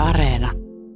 Areena.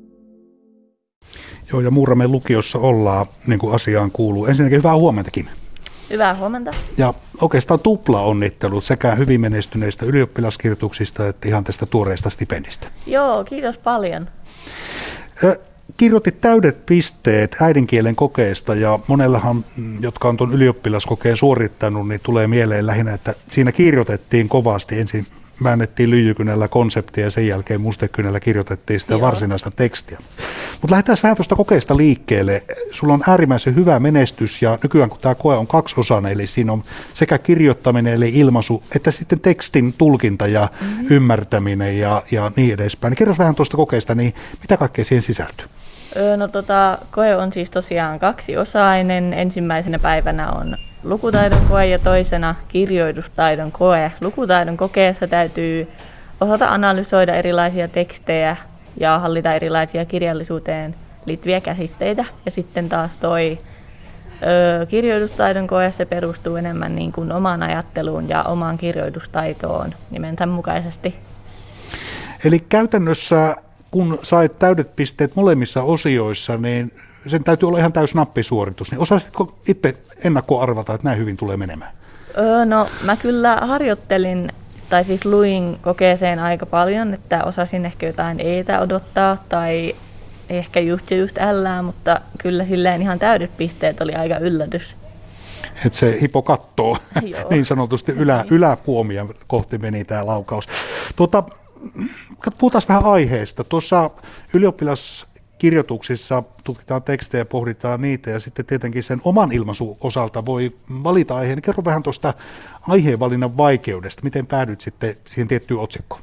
Joo, ja Muuramen lukiossa ollaan, niin kuin asiaan kuuluu. Ensinnäkin hyvää huomenta, Kim. Hyvää huomenta. Ja oikeastaan tupla onnittelut sekä hyvin menestyneistä ylioppilaskirjoituksista että ihan tästä tuoreesta stipendistä. Joo, kiitos paljon. Kirjoitit täydet pisteet äidinkielen kokeesta ja monellahan, jotka on tuon ylioppilaskokeen suorittanut, niin tulee mieleen lähinnä, että siinä kirjoitettiin kovasti. Ensin väännettiin lyijykynällä konseptia ja sen jälkeen mustekynällä kirjoitettiin sitä varsinaista tekstiä. Mutta lähdetään vähän tuosta kokeesta liikkeelle. Sulla on äärimmäisen hyvä menestys ja nykyään kun tämä koe on kaksiosainen, eli siinä on sekä kirjoittaminen eli ilmaisu, että sitten tekstin tulkinta ja ymmärtäminen ja niin edespäin. Kerro vähän tuosta kokeesta, niin mitä kaikkea siihen sisältyy? Koe on siis tosiaan kaksiosainen. Ensimmäisenä päivänä on lukutaidon koe ja toisena kirjoitustaidon koe. Lukutaidon kokeessa täytyy osata analysoida erilaisia tekstejä ja hallita erilaisia kirjallisuuteen liittyviä käsitteitä. Ja sitten taas kirjoitustaidon koe, se perustuu enemmän niin kuin omaan ajatteluun ja omaan kirjoitustaitoon nimensä mukaisesti. Eli käytännössä kun sait täydet pisteet molemmissa osioissa, niin sen täytyy olla ihan täys nappisuoritus. Niin osasitko itse ennakkoon arvata, että näin hyvin tulee menemään? No mä kyllä harjoittelin, tai siis luin kokeeseen aika paljon, että osasin ehkä jotain eetä odottaa tai ehkä just ällää, mutta kyllä silleen ihan täydet pisteet oli aika yllätys. Että se hipo kattoo niin sanotusti yläpuomia kohti meni tämä laukaus. Puhutaan vähän aiheesta. Tuossa ylioppilaskirjoituksissa tutkitaan tekstejä ja pohditaan niitä ja sitten tietenkin sen oman ilmaisun osalta voi valita aiheen. Kerro vähän tuosta aiheenvalinnan vaikeudesta. Miten päädyit sitten siihen tiettyyn otsikkoon?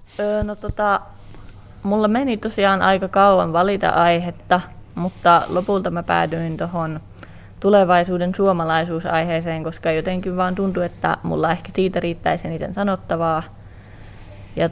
Mulla meni tosiaan aika kauan valita aihetta, mutta lopulta mä päädyin tuohon tulevaisuuden suomalaisuusaiheeseen, koska jotenkin vaan tuntui, että mulla ehkä siitä riittäisi eniten sanottavaa. Ja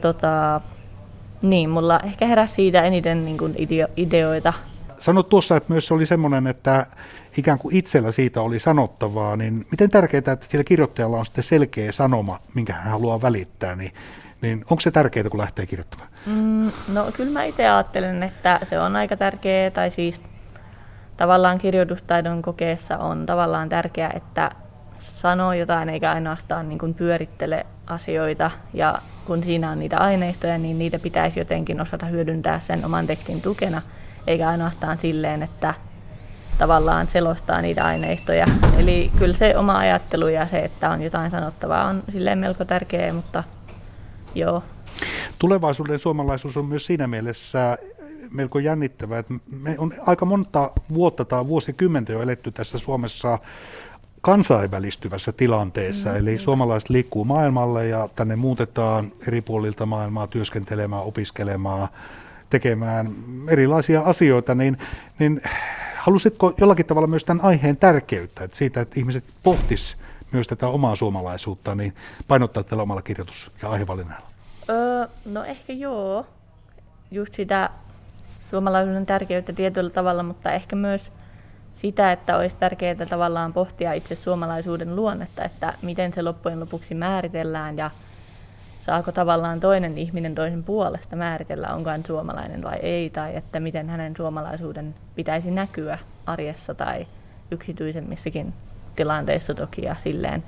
mulla ehkä heräsi siitä eniten niin kuin ideoita. Sanoit tuossa, että myös se oli semmoinen, että ikään kuin itsellä siitä oli sanottavaa, niin miten tärkeää, että siellä kirjoittajalla on sitten selkeä sanoma, minkä hän haluaa välittää, niin onko se tärkeää, kun lähtee kirjoittamaan? No kyllä mä itse ajattelen, että se on aika tärkeää, tai siis tavallaan kirjoitustaidon kokeessa on tavallaan tärkeää, että sanoo jotain eikä ainoastaan niin kuin pyörittele asioita, ja kun siinä on niitä aineistoja, niin niitä pitäisi jotenkin osata hyödyntää sen oman tekstin tukena, eikä ainoastaan silleen, että tavallaan selostaa niitä aineistoja. Eli kyllä se oma ajattelu ja se, että on jotain sanottavaa, on silleen melko tärkeää, mutta joo. Tulevaisuuden suomalaisuus on myös siinä mielessä melko jännittävää, että me on aika monta vuotta tai vuosikymmentä jo eletty tässä Suomessa kansainvälistyvässä tilanteessa, eli suomalaiset liikkuu maailmalle ja tänne muutetaan eri puolilta maailmaa työskentelemään, opiskelemaan, tekemään erilaisia asioita, niin halusitko jollakin tavalla myös tämän aiheen tärkeyttä, että siitä, että ihmiset pohtis myös tätä omaa suomalaisuutta, niin painottaa tällä omalla kirjoitus- ja aihevalinnalla? No ehkä joo, just sitä suomalaisuuden tärkeyttä tietyllä tavalla, mutta ehkä myös sitä, että olisi tärkeää tavallaan pohtia itse suomalaisuuden luonnetta, että miten se loppujen lopuksi määritellään ja saako tavallaan toinen ihminen toisen puolesta määritellä, onko hän suomalainen vai ei, tai että miten hänen suomalaisuuden pitäisi näkyä arjessa tai yksityisemmissäkin tilanteissa toki ja silleen.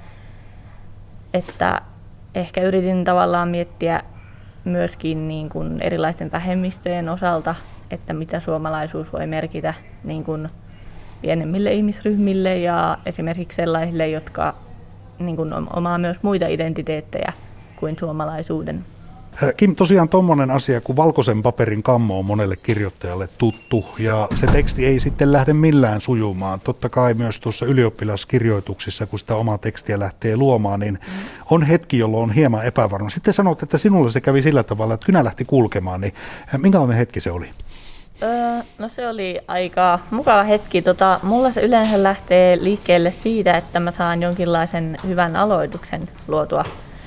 Että ehkä yritin tavallaan miettiä myöskin niin kuin erilaisten vähemmistöjen osalta, että mitä suomalaisuus voi merkitä niin kuin pienemmille ihmisryhmille ja esimerkiksi sellaisille, jotka niin kuin omaa myös muita identiteettejä kuin suomalaisuuden. Kim, tosiaan tuommoinen asia kuin valkoisen paperin kammo on monelle kirjoittajalle tuttu ja se teksti ei sitten lähde millään sujumaan. Totta kai myös tuossa ylioppilaskirjoituksissa, kun sitä omaa tekstiä lähtee luomaan, niin on hetki, jolloin on hieman epävarma. Sitten sanot, että sinulle se kävi sillä tavalla, että kynä lähti kulkemaan, niin minkälainen hetki se oli? No se oli aika mukava hetki. Mulla se yleensä lähtee liikkeelle siitä, että mä saan jonkinlaisen hyvän aloituksen luotua.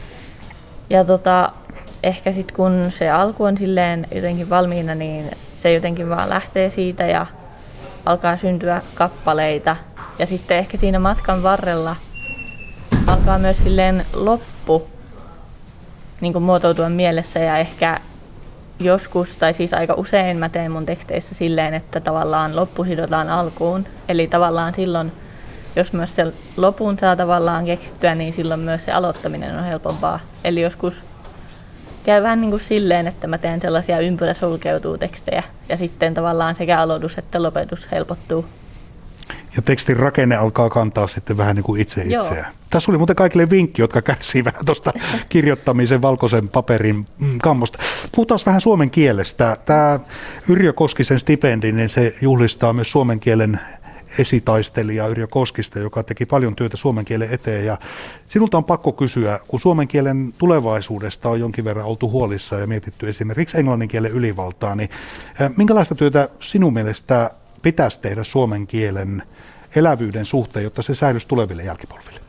Ja ehkä sitten kun se alku on silleen jotenkin valmiina, niin se jotenkin vaan lähtee siitä ja alkaa syntyä kappaleita. Ja sitten ehkä siinä matkan varrella alkaa myös silleen loppu niin kuin muotoutua mielessä ja ehkä joskus, tai siis aika usein mä teen mun teksteissä silleen, että tavallaan loppu sidotaan alkuun. Eli tavallaan silloin, jos myös se lopun saa tavallaan keksittyä, niin silloin myös se aloittaminen on helpompaa. Eli joskus käy vähän niin kuin silleen, että mä teen sellaisia ympyrä sulkeutuu tekstejä, ja sitten tavallaan sekä aloitus että lopetus helpottuu. Ja tekstin rakenne alkaa kantaa sitten vähän niin kuin itseään. Joo. Tässä oli muuten kaikille vinkki, jotka kärsii vähän tuosta kirjoittamisen valkoisen paperin kammosta. Puhutaan vähän suomen kielestä. Tämä Yrjö Koskisen stipendi, niin se juhlistaa myös suomen kielen esitaistelija Yrjö Koskista, joka teki paljon työtä suomen kielen eteen. Ja sinulta on pakko kysyä, kun suomen kielen tulevaisuudesta on jonkin verran oltu huolissa ja mietitty esimerkiksi englannin kielen ylivaltaa, niin minkälaista työtä sinun mielestä pitäisi tehdä suomen kielen elävyyden suhteen, jotta se säilyisi tuleville jälkipolville?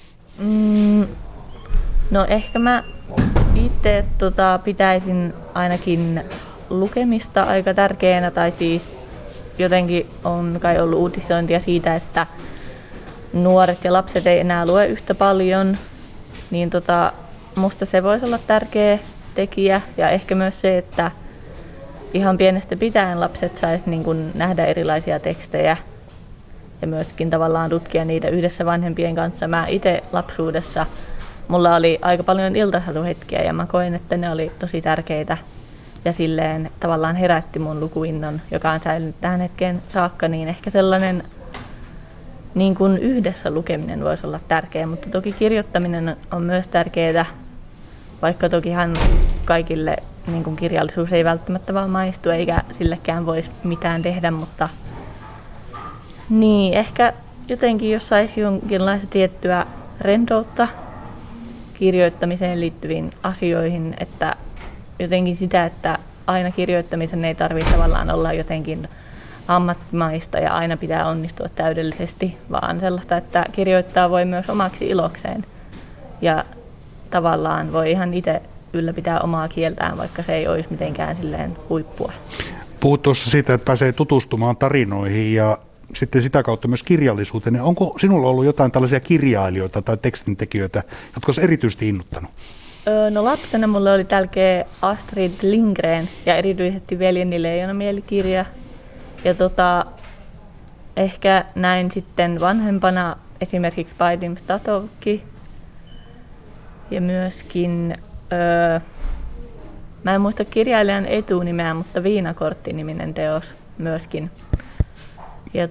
No ehkä mä itse pitäisin ainakin lukemista aika tärkeänä, tai siis jotenkin on kai ollut uutisointia siitä, että nuoret ja lapset ei enää lue yhtä paljon, niin musta se voisi olla tärkeä tekijä, ja ehkä myös se, että ihan pienestä pitäen lapset sais niin kuin nähdä erilaisia tekstejä ja myöskin tavallaan tutkia niitä yhdessä vanhempien kanssa. Mä itse lapsuudessa, mulla oli aika paljon iltasatuhetkiä ja mä koin, että ne oli tosi tärkeitä ja silleen tavallaan herätti mun lukuinnon, joka on säilynyt tähän hetkeen saakka, niin ehkä sellainen niin kuin yhdessä lukeminen voisi olla tärkeä, mutta toki kirjoittaminen on myös tärkeää, vaikka tokihan kaikille niin kuin kirjallisuus ei välttämättä vaan maistu eikä sillekään voisi mitään tehdä, mutta niin, ehkä jotenkin jos saisi jonkinlaista tiettyä rentoutta kirjoittamiseen liittyviin asioihin, että jotenkin sitä, että aina kirjoittamisen ei tarvitse tavallaan olla jotenkin ammattimaista ja aina pitää onnistua täydellisesti, vaan sellaista, että kirjoittaa voi myös omaksi ilokseen ja tavallaan voi ihan itse ylläpitää omaa kieltään, vaikka se ei olisi mitenkään silleen huippua. Puhut tuossa siitä, että pääsee tutustumaan tarinoihin ja sitten sitä kautta myös kirjallisuuteen. Onko sinulla ollut jotain tällaisia kirjailijoita tai tekstintekijöitä, jotka olisi erityisesti innuttanut? No lapsena mulla oli tärkeä Astrid Lindgren ja erityisesti Veljeni Leijonamieli-kirja. Ja ehkä näin sitten vanhempana esimerkiksi Vadim Statovki ja myöskin mä en muista kirjailijan etunimeä, mutta Viinakortti-niminen teos myöskin. Ja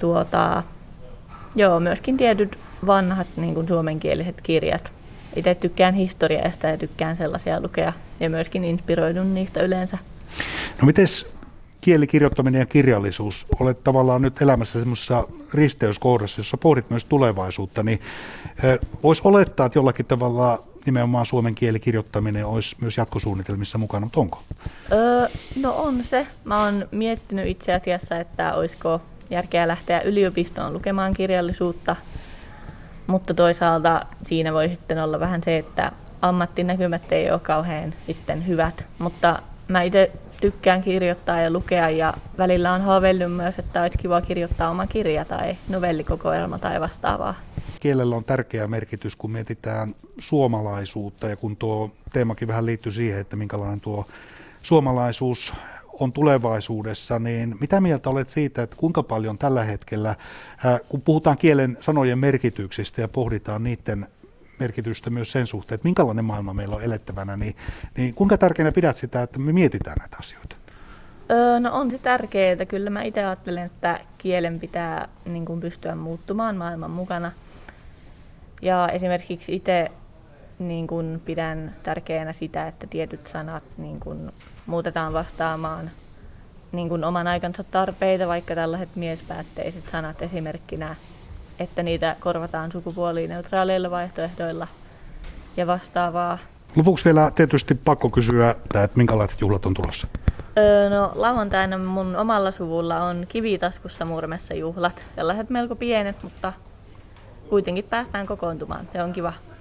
myöskin tietyt vanhat niin kuin suomenkieliset kirjat. Itse tykkään historiasta ja tykkään sellaisia lukea ja myöskin inspiroidun niistä yleensä. No mites kielikirjoittaminen ja kirjallisuus? Olet tavallaan nyt elämässä semmoisessa risteyskohdassa, jossa pohdit myös tulevaisuutta, niin voisi olettaa, että jollakin tavalla nimenomaan suomen kielikirjoittaminen olisi myös jatkosuunnitelmissa mukana, mutta onko? No on se. Mä oon miettinyt itse asiassa, että olisiko järkeä lähteä yliopistoon lukemaan kirjallisuutta, mutta toisaalta siinä voi sitten olla vähän se, että ammattinäkymät ei ole kauhean sitten hyvät, mutta mä itse tykkään kirjoittaa ja lukea ja välillä on haaveillut myös, että olisi kiva kirjoittaa oma kirja tai novellikokoelma tai vastaavaa. Kielellä on tärkeä merkitys, kun mietitään suomalaisuutta ja kun tuo teemakin vähän liittyy siihen, että minkälainen tuo suomalaisuus on tulevaisuudessa, niin mitä mieltä olet siitä, että kuinka paljon tällä hetkellä, kun puhutaan kielen sanojen merkityksistä ja pohditaan niiden merkitystä myös sen suhteen, että minkälainen maailma meillä on elettävänä, niin kuinka tärkeänä pidät sitä, että me mietitään näitä asioita? No on se tärkeää. Kyllä mä itse ajattelen, että kielen pitää niin kuin pystyä muuttumaan maailman mukana. Ja esimerkiksi itse niin kuin pidän tärkeänä sitä, että tietyt sanat niin kuin muutetaan vastaamaan niin kuin oman aikansa tarpeita, vaikka tällaiset miespäätteiset sanat esimerkkinä, että niitä korvataan sukupuolineutraaleilla vaihtoehdoilla ja vastaavaa. Lopuksi vielä tietysti pakko kysyä, että minkälaiset juhlat on tulossa? No lauantaina mun omalla suvulla on Kivitaskussa Murmessa juhlat. Sellaiset melko pienet, mutta kuitenkin päästään kokoontumaan. Se on kiva.